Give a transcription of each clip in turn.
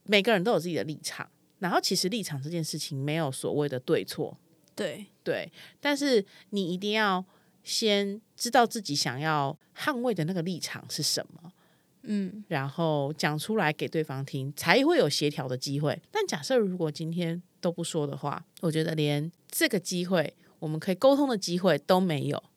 每个人都有自己的立场，然后其实立场这件事情没有所谓的对错， 对， 但是你一定要先知道自己想要捍卫的那个立场是什么，然后讲出来给对方听，才会有协调的机会。但假设如果今天都不说的话，我觉得连这个机会我们可以沟通的机会都没有。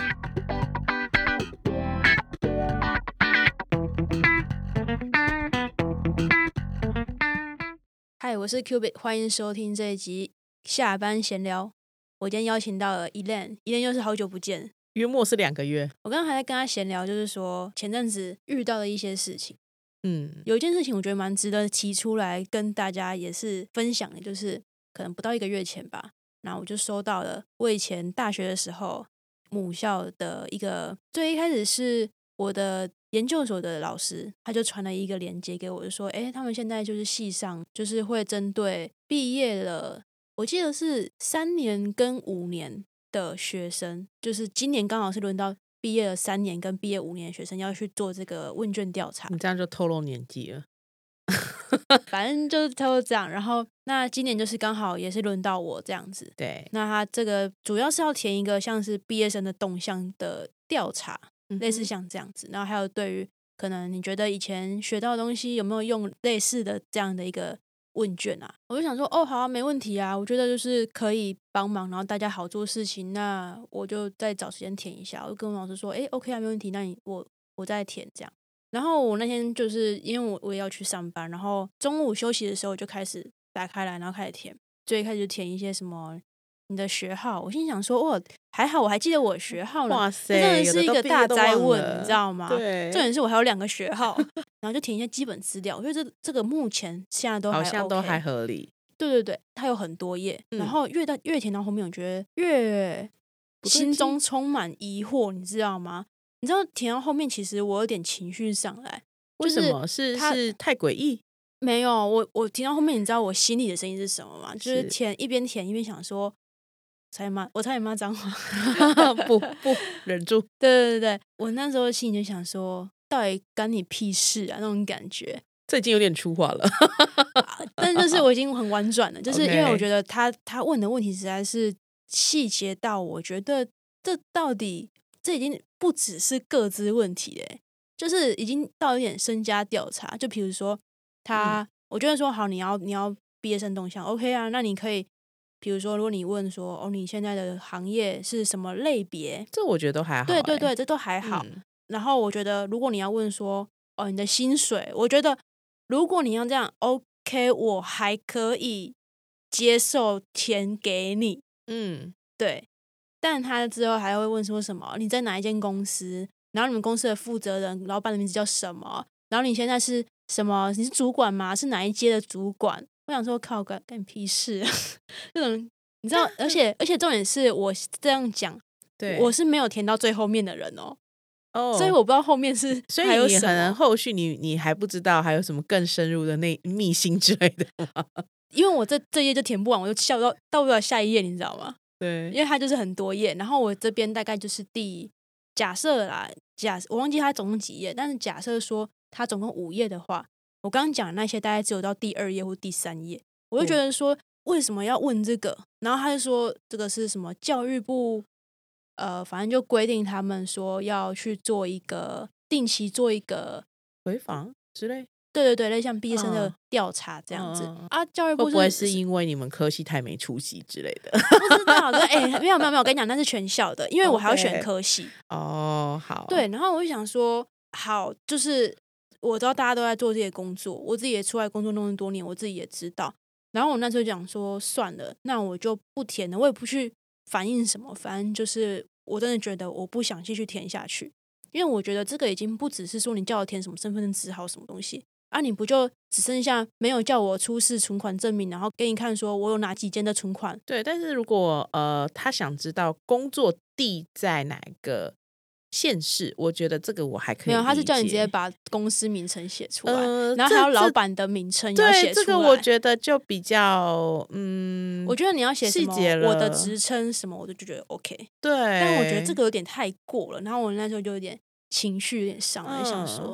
嗨，我是 Cubic， 欢迎收听这一集下班闲聊。我今天邀请到了 Elaine 又是好久不见， 约莫是2个月。 我刚刚还在跟他闲聊，就是说前阵子遇到的一些事情。有一件事情我觉得蛮值得提出来跟大家也是分享的，就是可能不到1个月前吧，然后我就收到了我以前大学的时候母校的一个，最一开始是我的研究所的老师，他就传了一个链接给我，就说他们现在就是系上就是会针对毕业了，我记得是3年跟5年的学生，就是今年刚好是轮到毕业了3年跟毕业5年的学生要去做这个问卷调查。 你这样就透露年纪了。 反正就是差不多这样，然后那今年就是刚好也是轮到我这样子。 对， 那他这个主要是要填一个像是毕业生的动向的调查，类似像这样子，然后还有对于可能你觉得以前学到的东西有没有用类似的这样的一个问卷啊，我就想说好啊，没问题啊，我觉得就是可以帮忙，然后大家好做事情，那我就再找时间填一下，我就跟我老师说OK 啊，没问题，那我再填这样。然后我那天就是因为我也要去上班，然后中午休息的时候就开始打开来，然后开始填，最开始就填一些什么你的学号，我心想说还好我还记得我的学号呢， 哇塞， 真的是一个大哉问，你知道吗？ 对， 重点是我还有2个学号，然后就填一些基本资料，我觉得这个目前现在都还 OK， 好像都还合理。 对，它有很多页，然后越填到后面，我觉得越心中充满疑惑，你知道吗？你知道填到后面，其实我有点情绪上来。 为什么？是太诡异？ 没有，我填到后面，你知道我心里的声音是什么吗？就是一边填一边想说，我差点骂脏话， 不忍住。 对，我那时候心里就想说，到底干你屁事啊，那种感觉。 这已经有点粗话了， 但就是我已经很婉转了，就是因为我觉得他问的问题实在是细节到，我觉得这已经不只是个资问题就是已经到有点身家调查。就比如说我觉得说好，你要毕业生动向 OK 啊，那你可以比如说如果你问说你现在的行业是什么类别， 这我觉得都还好。 对，这都还好。然后我觉得如果你要问说你的薪水，我觉得如果你要这样 OK， 我还可以接受填给你，对。但他之后还会问说什么你在哪一间公司，然后你们公司的负责人老板的名字叫什么，然后你现在是什么，你是主管吗？是哪一阶的主管？我想说靠，干屁事这种你知道，而且重点是我这样讲，我是没有填到最后面的人所以我不知道后面是还有什么， 所以你可能后续你还不知道还有什么更深入的秘辛之类的吗？ 因为我这页就填不完，我就笑到不了下一页，你知道吗？ 对， 因为它就是很多页，然后我这边大概就是假设我忘记它总共几页，但是假设说它总共5页的话，我刚刚讲的那些大概只有到第2页或第3页，我就觉得说为什么要问这个？然后他就说这个是什么教育部反正就规定他们说要去定期做一个回访之类。 对，类似像毕业生的调查这样子教育部会不会是因为你们科系太没出息之类的？ 不知道没有，我跟你讲，那是全校的，因为我还要选科系。 好。 对，然后我就想说，好，就是我知道大家都在做这些工作，我自己也出来工作那么多年，我自己也知道。然后我那时候讲说，算了，那我就不填了，我也不去反映什么，反正就是我真的觉得我不想继续填下去，因为我觉得这个已经不只是说你叫我填什么身份证字号什么东西。你不就只剩下没有叫我出示存款证明，然后给你看说我有哪几间的存款？ 对，但是如果他想知道工作地在哪个县市，我觉得这个我还可以理解。 没有，他是叫你直接把公司名称写出来，然后还有老板的名称要写出来。 对，这个我觉得就比较我觉得你要写什么细节了， 我的职称什么，我就觉得 OK。 对， 但我觉得这个有点太过了，然后我那时候就有点情绪有点上来，想说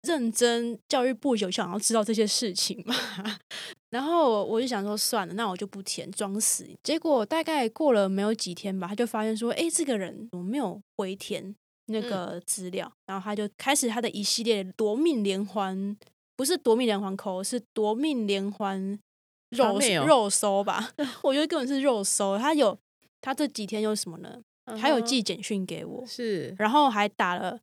认真教育部有想要知道这些事情嘛？然后我就想说算了，那我就不填，装死。结果大概过了没有几天吧，他就发现说，哎，这个人怎么没有回填那个资料？然后他就开始他的一系列夺命连环，不是夺命连环扣，是夺命连环肉搜吧？我觉得根本是肉搜。他这几天有什么呢？他有寄简讯给我， 是， 然后还打了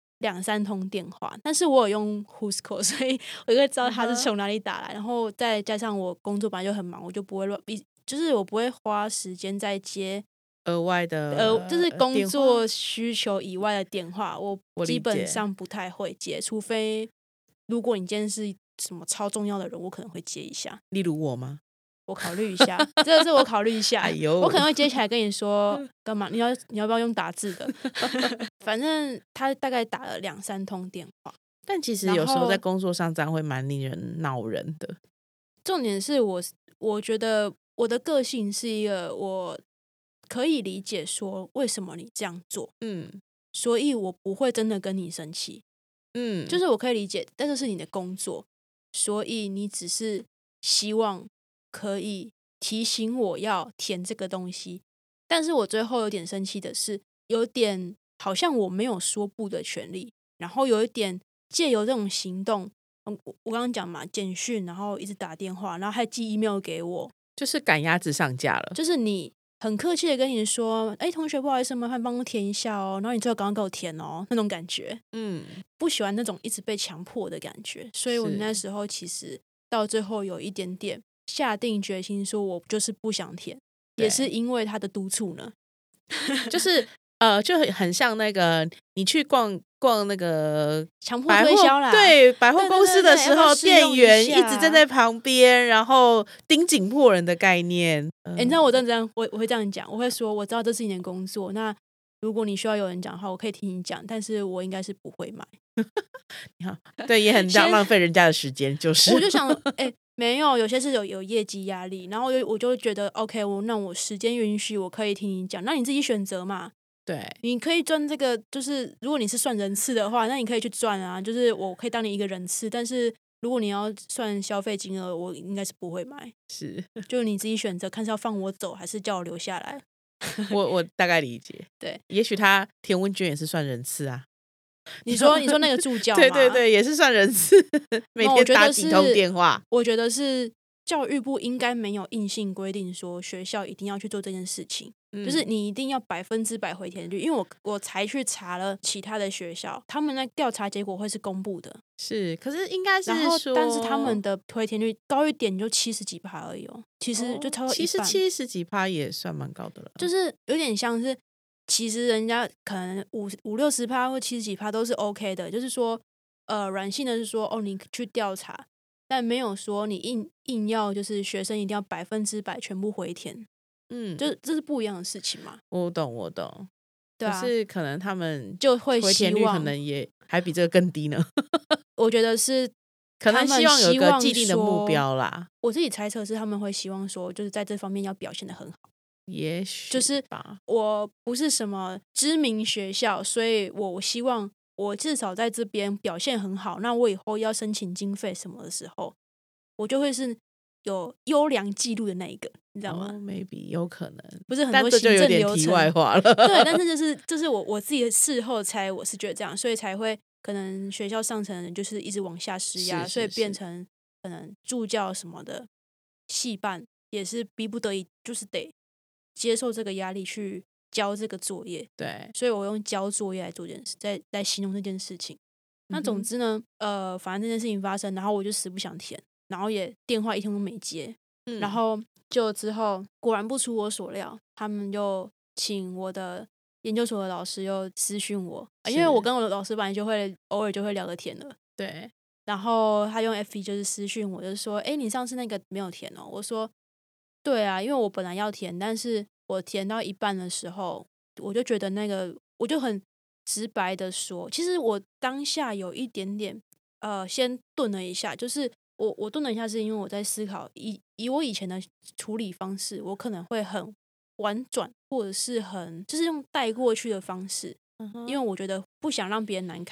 2-3通电话，但是我有用 Whoscall， 所以我就会知道他是从哪里打来。然后再加上我工作本来就很忙，我就不会就是我不会花时间在接额外的就是工作需求以外的电话，我基本上不太会接，除非如果你今天是什么超重要的人，我可能会接一下。 例如我吗？ 我考虑一下，这个是我考虑一下。 哎呦， 我可能会接起来跟你说干嘛？你要不要用打字的？反正他大概打了2-3通电话。 但其实有时候在工作上这样会蛮令人恼人的。 重点是我觉得我的个性是一个我可以理解说为什么你这样做，所以我不会真的跟你生气，就是我可以理解，但这是你的工作，所以你只是希望可以提醒我要填这个东西，但是我最后有点生气的是，有点好像我没有说不的权利，然后有一点借由这种行动，我刚刚讲嘛，简讯，然后一直打电话，然后还寄 email 给我， 就是赶鸭子上架了。 就是你很客气的跟你说，哎，同学不好意思，麻烦帮我填一下哦，然后你最后赶快给我填哦，那种感觉，不喜欢那种一直被强迫的感觉，所以我那时候其实到最后有一点点下定决心说我就是不想填，也是因为他的督促呢。 就是就很像那个你去逛那个强迫推销啦， 对，百货公司的时候，店员一直站在旁边，然后盯紧迫人的概念。 你知道我真的这样，我会这样讲，我会说我知道这是你的工作，那如果你需要有人讲的话，我可以听你讲，但是我应该是不会买。 对，也很浪费人家的时间，就是我就想，没有些是有业绩压力，然后我就觉得 OK， 那我时间允许，我可以听你讲，那你自己选择嘛。 对， 你可以赚这个，就是如果你是算人次的话，那你可以去赚啊，就是我可以当你一个人次，但是如果你要算消费金额，我应该是不会买。 是， 就你自己选择，看是要放我走还是叫我留下来。 我大概理解， 对， 也许他填问卷也是算人次啊。 你说那个助教吗？ 对对对，也是算人次，每天打几通电话。 我觉得是教育部应该没有硬性规定说学校一定要去做这件事情，就是你一定要100%回填率。因为我才去查了其他的学校，他们那调查结果会是公布的， 是，可是应该是说， 但是他们的回填率高一点就70几%而已哦，其实就超过一半， 其实70几%也算蛮高的了， 就是有点像是。其实人家可能50-60%或70几%都是 OK 的，就是说，软性的是说，哦，你去调查，但没有说你硬要就是学生一定要100%全部回填，就是这是不一样的事情嘛。 我懂， 对啊， 可是可能他们就会回填率可能也还比这个更低呢。 我觉得是可能希望有一个既定的目标啦。 我自己猜测是他们会希望说，就是在这方面要表现得很好。 也许就是我不是什么知名学校，所以我希望我至少在这边表现很好，那我以后要申请经费什么的时候，我就会是有优良记录的那一个，你知道吗 ？Maybe 有可能， 不是很多行政流程。 题外话了。 对，但是这是我自己的事后猜，我是觉得这样，所以才会可能学校上层就是一直往下施压，所以变成可能助教什么的系办也是逼不得已，就是得接受这个压力去交这个作业。 对， 所以我用交作业来做这件事，在形容这件事情。那总之呢，反正这件事情发生，然后我就死不想填，然后也电话一通都没接，然后就之后果然不出我所料，他们就请我的研究所的老师又私讯我，因为我跟我的老师本来就会偶尔就会聊个天了。 对， 然后他用 FB 就是私讯我，就是说，你上次那个没有填哦。我说，对啊，因为我本来要填，但是我填到一半的时候，我就觉得那个，我就很直白的说，其实我当下有一点点先顿了一下，就是我顿了一下，是因为我在思考，以我以前的处理方式，我可能会很婉转，或者是就是用带过去的方式，因为我觉得不想让别人难堪，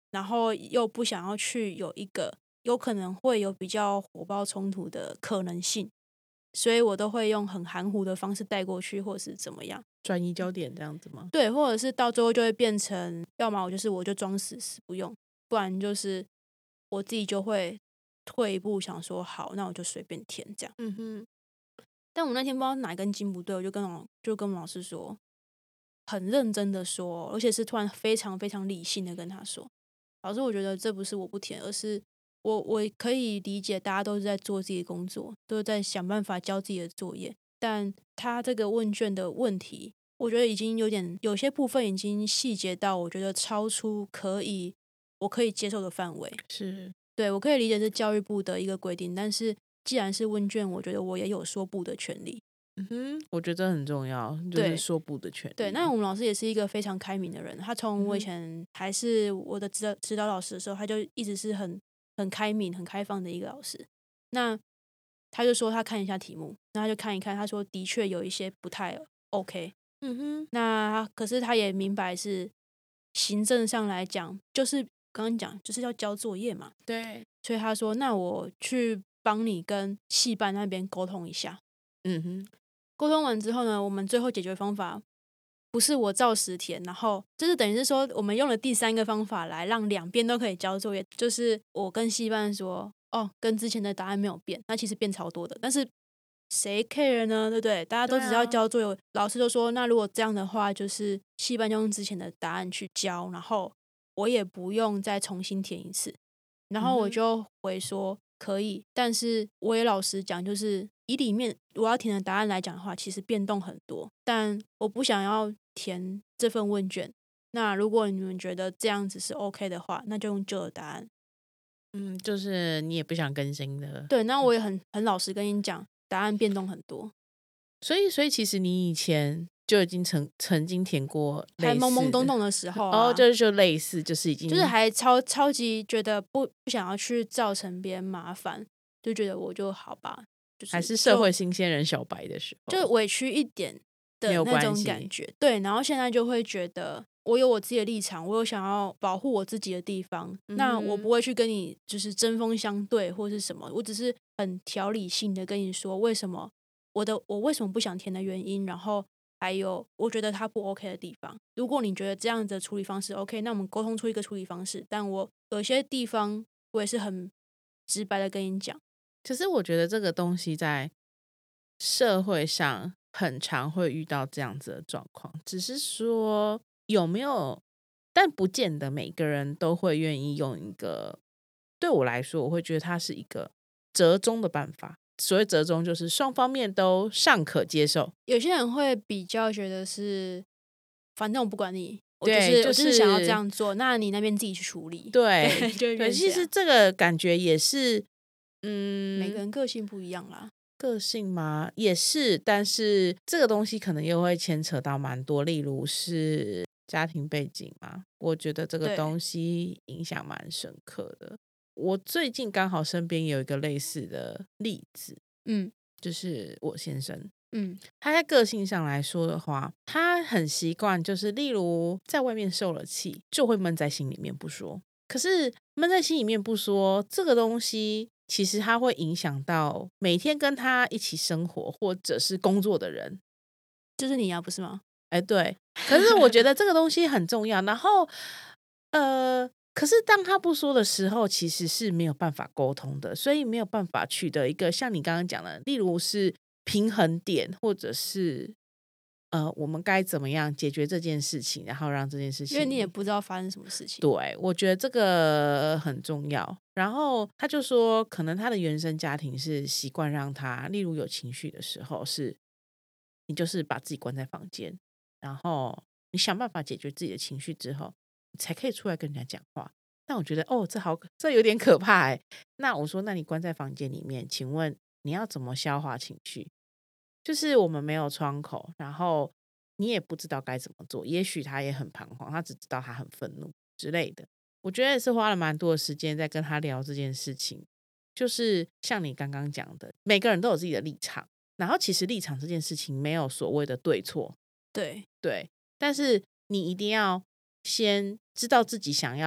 然后又不想要去有一个有可能会有比较火爆冲突的可能性，所以我都会用很含糊的方式带过去，或是怎么样转移焦点这样子吗？ 对，或者是到最后就会变成，要么我就装死不用，不然就是我自己就会退一步想说，好，那我就随便填这样。但我那天不知道哪根筋不对，我就跟我们老师说，很认真的说，而且是突然非常非常理性的跟他说，老师，我觉得这不是我不填，而是我可以理解大家都是在做自己的工作，都是在想办法交自己的作业，但他这个问卷的问题，我觉得已经有些部分已经细节到我觉得超出我可以接受的范围。 是， 对，我可以理解是教育部的一个规定，但是既然是问卷，我觉得我也有说不的权利。 我觉得很重要，就是说不的权利。 对，那我们老师也是一个非常开明的人，他从我以前还是我的指导老师的时候，他就一直是很开明、很开放的一个老师。那他就说他看一下题目，那他就看一看，他说的确有一些不太 OK。那可是他也明白是行政上来讲，就是刚刚讲就是要交作业嘛。 对， 所以他说那我去帮你跟系办那边沟通一下。沟通完之后呢，我们最后解决方法不是我照实填，然后就是等于是说我们用了第三个方法来让两边都可以交作业，就是我跟系办说，跟之前的答案没有变，那其实变超多的，但是谁 care 呢？对不对？大家都只要交作业，老师就说，那如果这样的话，就是系办就用之前的答案去交，然后我也不用再重新填一次，然后我就回说可以，但是我也老实讲，就是以里面我要填的答案来讲的话，其实变动很多，但我不想要填这份问卷。那如果你们觉得这样子是 OK 的话，那就用旧的答案。 就是你也不想更新的。 对，那我也很老实跟你讲，答案变动很多。 所以其实你以前就已经曾经填过类似的， 还懵懵懂懂的时候啊， 就类似，就是已经就是还超级觉得不想要去造成别人麻烦，就觉得我就好吧，就是还是社会新鲜人小白的时候， 就委屈一点的那种感觉。对，然后现在就会觉得我有我自己的立场，我有想要保护我自己的地方，那我不会去跟你就是针锋相对或是什么，我只是很条理性的跟你说为什么我为什么不想填的原因，然后还有我觉得它不 OK 的地方。如果你觉得这样的处理方式 OK，那我们沟通出一个处理方式。但我有些地方我也是很直白的跟你讲。 可是我觉得这个东西在社会上很常会遇到这样子的状况，只是说有没有，但不见得每个人都会愿意用一个，对我来说我会觉得它是一个折中的办法。所谓折中就是双方面都尚可接受。 有些人会比较觉得是反正我不管你，我就是想要这样做，那你那边自己去处理。 对对， 其实这个感觉也是每个人个性不一样啦。 个性吗？也是，但是这个东西可能又会牵扯到蛮多，例如是家庭背景嘛，我觉得这个东西影响蛮深刻的。我最近刚好身边有一个类似的例子，就是我先生，他在个性上来说的话，他很习惯，就是例如在外面受了气，就会闷在心里面不说。可是闷在心里面不说，这个东西其实它会影响到每天跟他一起生活或者是工作的人， 就是你啊，不是吗？ 对。可是我觉得这个东西很重要，然后可是当他不说的时候，其实是没有办法沟通的，所以没有办法取得一个像你刚刚讲的，例如是平衡点，或者是我们该怎么样解决这件事情，然后让这件事情， 因为你也不知道发生什么事情。 对，我觉得这个很重要。然后他就说，可能他的原生家庭是习惯让他，例如有情绪的时候，是你就是把自己关在房间，然后你想办法解决自己的情绪之后，你才可以出来跟人家讲话。但我觉得这有点可怕欸。那我说，那你关在房间里面，请问你要怎么消化情绪？就是我们没有窗口，然后你也不知道该怎么做，也许他也很彷徨，他只知道他很愤怒之类的。我觉得也是花了蛮多的时间在跟他聊这件事情，就是像你刚刚讲的，每个人都有自己的立场，然后其实立场这件事情没有所谓的对错， 对， 但是你一定要先知道自己想要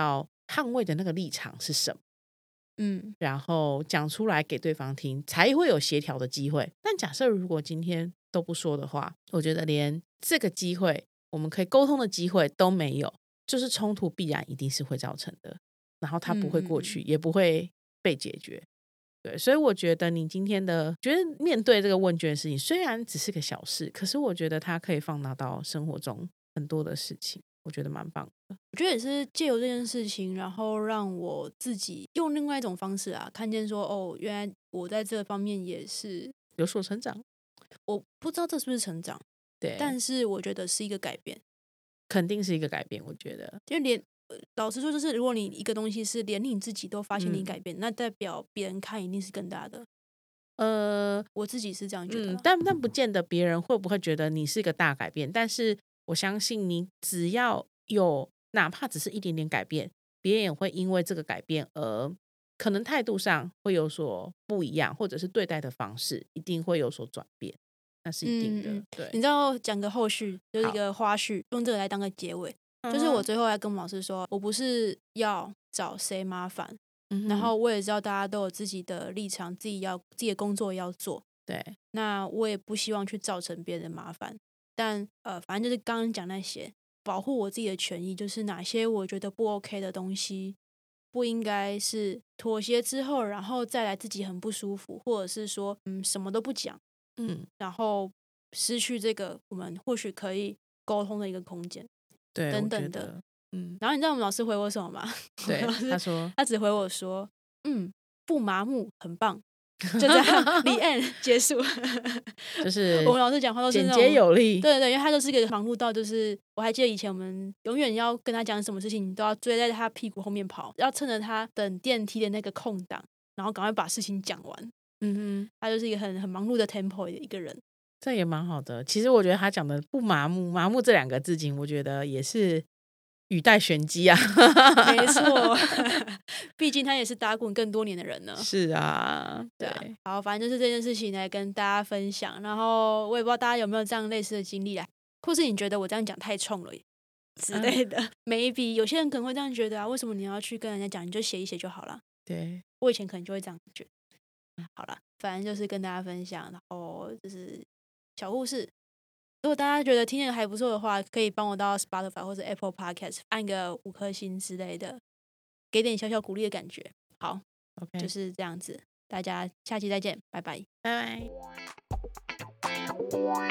捍卫的那个立场是什么，然后讲出来给对方听，才会有协调的机会。但假设如果今天都不说的话，我觉得连这个机会我们可以沟通的机会都没有，就是冲突必然一定是会造成的，然后它不会过去，也不会被解决。对，所以我觉得你今天觉得面对这个问卷的事情，虽然只是个小事，可是我觉得它可以放大到生活中很多的事情，我觉得蛮棒的。 我觉得也是借由这件事情，然后让我自己用另外一种方式看见说，哦，原来我在这方面也是有所成长。 我不知道这是不是成长， 对， 但是我觉得是一个改变， 肯定是一个改变。我觉得， 因为老实说，就是如果你一个东西是连你自己都发现你改变，那代表别人看一定是更大的。我自己是这样觉得， 但不见得别人会不会觉得你是一个大改变。但是我相信你只要有哪怕只是一点点改变，别人也会因为这个改变而可能态度上会有所不一样，或者是对待的方式一定会有所转变，那是一定的。对， 你知道讲个后续，就是一个花絮，用这个来当个结尾。就是我最后来跟我们老师说，我不是要找谁麻烦，然后我也知道大家都有自己的立场，自己的工作要做， 对， 那我也不希望去造成别人的麻烦，但反正就是刚刚讲那些保护我自己的权益，就是哪些我觉得不 OK 的东西，不应该是妥协之后，然后再来自己很不舒服，或者是说什么都不讲，然后失去这个我们或许可以沟通的一个空间。 对， 等等的，然后你知道我们老师回我什么吗？ 对， 他只回我说，不麻木，很棒，就这样，the end 结束。 就是我们老师讲话都是简洁有力， 对，因为他就是一个忙碌到，就是我还记得以前我们永远要跟他讲什么事情，你都要追在他屁股后面跑，要趁着他等电梯的那个空档，然后赶快把事情讲完。他就是一个很忙碌的 tempo 的一个人。 这也蛮好的。其实我觉得他讲的不麻木，麻木这两个字情，我觉得也是语带玄机啊。 没错，毕竟他也是打滚更多年的人呢。 是啊，对啊。 好，反正就是这件事情来跟大家分享。然后我也不知道大家有没有这样类似的经历啦，或是你觉得我这样讲太冲了之类的。maybe 有些人可能会这样觉得啊，为什么你要去跟人家讲？你就写一写就好了。 对， 我以前可能就会这样觉得。好了，反正就是跟大家分享，然后就是小故事。如果大家觉得听得还不错的话，可以帮我到 Spotify 或者 Apple Podcast 按个5颗星之类的，给点小小鼓励的感觉。好 ，OK， 就是这样子。大家下期再见，拜拜， 拜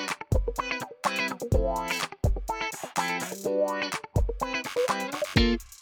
拜。